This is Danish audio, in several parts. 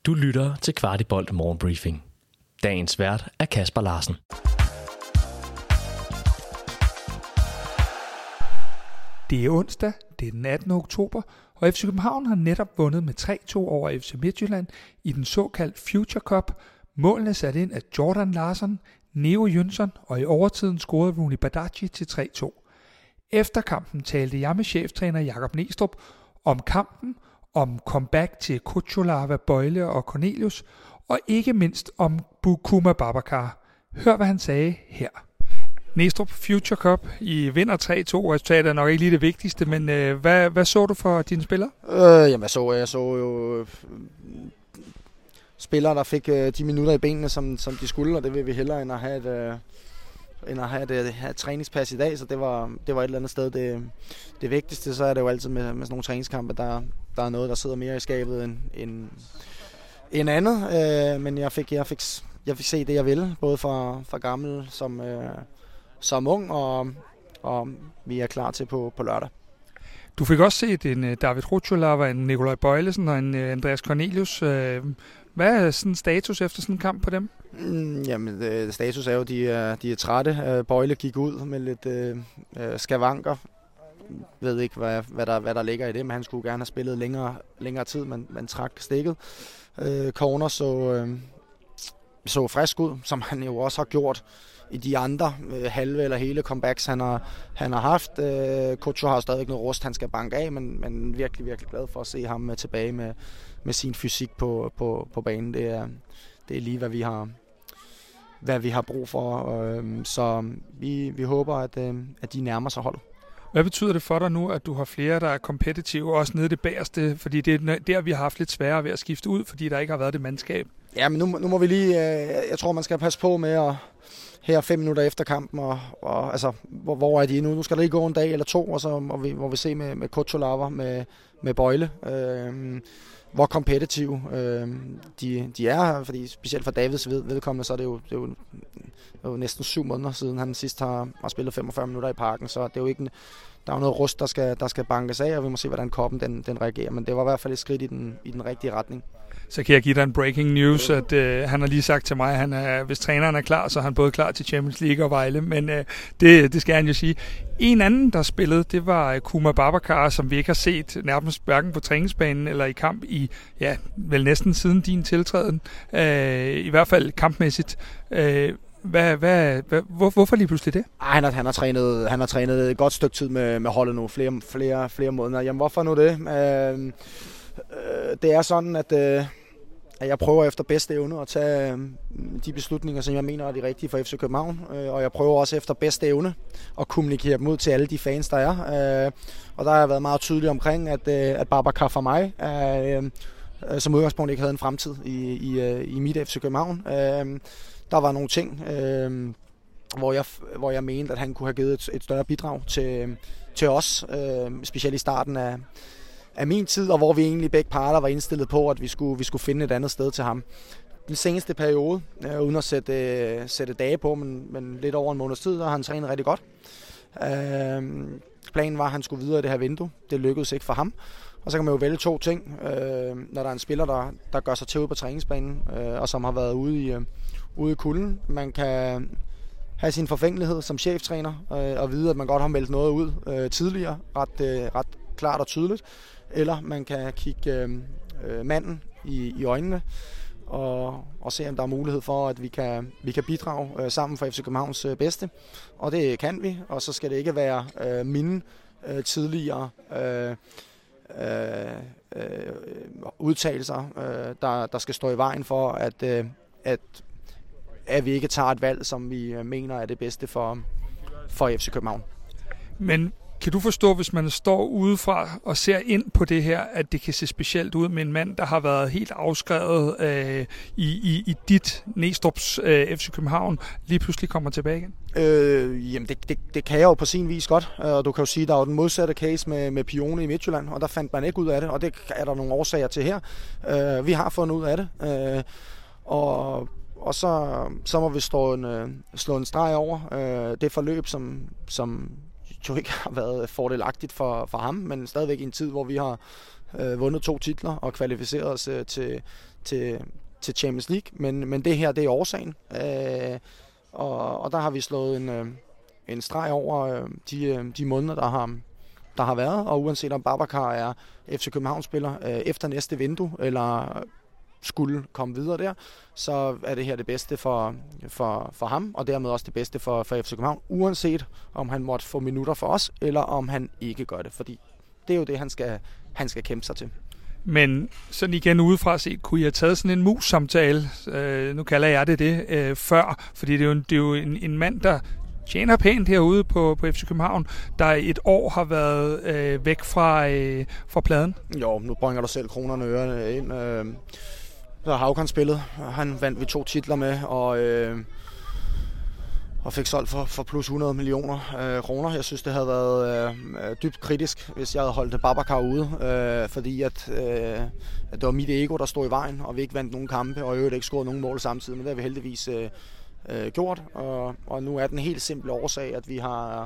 Du lytter til Kvartibolt Morgenbriefing. Dagens vært er Kasper Larsen. Det er onsdag, det er den 18. oktober, og FC København har netop vundet med 3-2 over FC Midtjylland i den såkaldte Future Cup. Målene sat ind af Jordan Larsson, Neo Jønsson, og i overtiden scorede Rooney Badaji til 3-2. Efter kampen talte jeg med cheftræner Jakob Nestrup om kampen, om comeback til Kucholava, Bøjle og Cornelius, og ikke mindst om Bukuma Babacar. Hør, hvad han sagde her. Nestrup, Future Cup, I vinder 3-2, resultatet er nok ikke lige det vigtigste, men hvad så du for dine spillere? Jeg så jo spillere, der fik de minutter i benene, som de skulle, og det vil vi hellere end at have et træningspas i dag, så det var et eller andet sted det vigtigste. Så er det jo altid med sådan nogle træningskampe, der er noget, der sidder mere i skabet end andet, men jeg fik se det, jeg ville, både fra gammel som ung, og vi er klar til på lørdag. Du fik også set en David Kucholava, en Nikolaj Bøjlesen og en Andreas Cornelius. Hvad er sådan status efter sådan en kamp på dem? Jamen, status er jo, de er trætte. Bøjle gik ud med lidt skavanker. Jeg ved ikke, hvad der ligger i det, men han skulle gerne have spillet længere tid, men trak stikket. Corner så frisk ud, som han jo også har gjort i de andre halve eller hele comebacks, han har haft. Kucho har stadig noget rust, han skal banke af, men virkelig, virkelig glad for at se ham tilbage med sin fysik på banen. Det er lige, hvad vi har brug for. Så vi håber, at de nærmer sig holdet. Hvad betyder det for dig nu, at du har flere, der er kompetitive, også nede i det bagerste? Fordi det er der, vi har haft lidt sværere ved at skifte ud, fordi der ikke har været det mandskab. Ja, men nu må vi lige... Jeg tror, man skal passe på med at... Her 5 minutter efter kampen, og altså, hvor er de nu? Nu skal der lige gå en dag eller to, og så må vi se med Kucholava, med Bøjle, hvor kompetitive de er, fordi specielt for Davids vedkommende, så er det jo næsten 7 måneder siden, han sidst har spillet 45 minutter i parken, så det er jo ikke... Der er jo noget rust, der skal bankes af, og vi må se, hvordan koppen den reagerer, men det var i hvert fald et skridt i den rigtige retning. Så kan jeg give dig en breaking news, at han har lige sagt til mig, at hvis træneren er klar, så er han både klar til Champions League og Vejle, men det skal han jo sige. En anden, der spillede, det var Kuma Babacar, som vi ikke har set nærmest hverken på træningsbanen eller i kamp i, vel næsten siden din tiltræden, i hvert fald kampmæssigt. Hvorfor lige pludselig det? Han har trænet et godt stykke tid med holdet nu, flere måneder. Jamen hvorfor nu det? Det er sådan, at jeg prøver efter bedste evne at tage de beslutninger, som jeg mener er de rigtige for FC København, og jeg prøver også efter bedste evne at kommunikere dem ud til alle de fans, der er. Og der har jeg været meget tydelig omkring, at Babacar for mig som udgangspunkt ikke havde en fremtid i mit FC København. Der var nogle ting, hvor jeg mente, at han kunne have givet et større bidrag til os, specielt i starten af min tid, og hvor vi egentlig begge parter var indstillet på, at vi skulle finde et andet sted til ham. Den seneste periode, uden at sætte dage på, men lidt over en måneds tid, har han trænet rigtig godt. Planen var, at han skulle videre i det her vindue. Det lykkedes ikke for ham. Og så kan man jo vælge 2 ting, når der er en spiller, der gør sig til ude på træningsbanen, og som har været ude i kulden. Man kan have sin forfængelighed som cheftræner, og vide, at man godt har meldt noget ud tidligere, ret klart og tydeligt. Eller man kan kigge manden i øjnene og se, om der er mulighed for, at vi kan bidrage sammen for FC Københavns bedste. Og det kan vi, og så skal det ikke være mine tidligere udtalelser, der skal stå i vejen for, at vi ikke tager et valg, som vi mener er det bedste for FC København. Men kan du forstå, hvis man står udefra og ser ind på det her, at det kan se specielt ud med en mand, der har været helt afskrevet i dit Nestrups FC København, lige pludselig kommer tilbage igen? Jamen det kan jeg jo på sin vis godt, og du kan jo sige, at der er jo den modsatte case med Pione i Midtjylland, og der fandt man ikke ud af det, og det er der nogle årsager til her. Vi har fundet ud af det, og så må vi slå en streg over det forløb, som jo ikke har været fordelagtigt for ham, men stadigvæk i en tid, hvor vi har vundet 2 titler og kvalificeret os til Champions League. Men det her, det er årsagen. Og der har vi slået en streg over de måneder, der har været. Og uanset om Babacar er FC København-spiller efter næste vindue, eller skulle komme videre der, så er det her det bedste for ham, og dermed også det bedste for FC København, uanset om han måtte få minutter for os, eller om han ikke gør det, fordi det er jo det, han skal kæmpe sig til. Men sådan igen udefra set, kunne I have taget sådan en mus-samtale, nu kalder jeg det før, fordi det er jo en mand, der tjener pænt herude på FC København, der i et år har været væk fra pladen. Jo, nu bringer du selv kronerne og ørerne ind. Så har Haukan spillet. Han vandt vi 2 titler med, og fik solgt for plus 100 millioner kroner. Jeg synes, det havde været dybt kritisk, hvis jeg havde holdt Babacar ude, fordi at det var mit ego, der stod i vejen, og vi ikke vandt nogen kampe, og i øvrigt ikke scoret nogen mål samtidig, men det har vi heldigvis gjort, og nu er den helt simple årsag, at vi har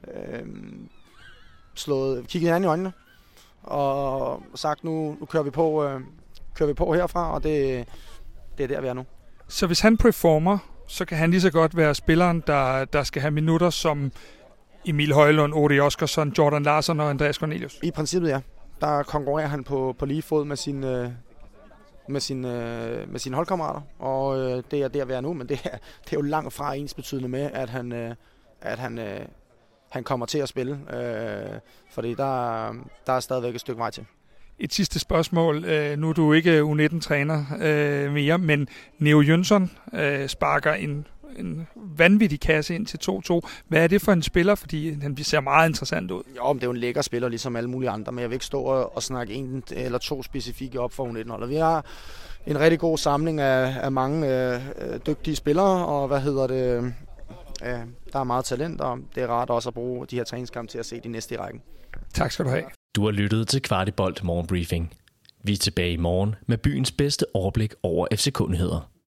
kigget hinanden i øjnene, og sagt, nu kører vi på herfra, og det er der, vi er nu. Så hvis han performer, så kan han lige så godt være spilleren, der skal have minutter som Emil Højlund, Odi Oskarsson, Jordan Larsson og Andreas Cornelius? I princippet, ja. Der konkurrerer han på lige fod med sine holdkammerater, og det er der, vi er nu, men det er jo langt fra ensbetydende med, at han kommer til at spille, fordi der er stadigvæk et stykke vej til. Et sidste spørgsmål. Nu er du ikke U19-træner mere, men Neo Jønsson sparker en vanvittig kasse ind til 2-2. Hvad er det for en spiller? Fordi han ser meget interessant ud. Jo, men det er jo en lækker spiller, ligesom alle mulige andre, men jeg vil ikke stå og snakke 1 eller 2 specifikke op for U19-holdet. Vi har en rigtig god samling af mange dygtige spillere, og der er meget talent, og det er rart også at bruge de her træningskampe til at se de næste i rækken. Tak skal du have. Du har lyttet til Kvartibolt Morgenbriefing. Vi er tilbage i morgen med byens bedste overblik over FCK-nyheder.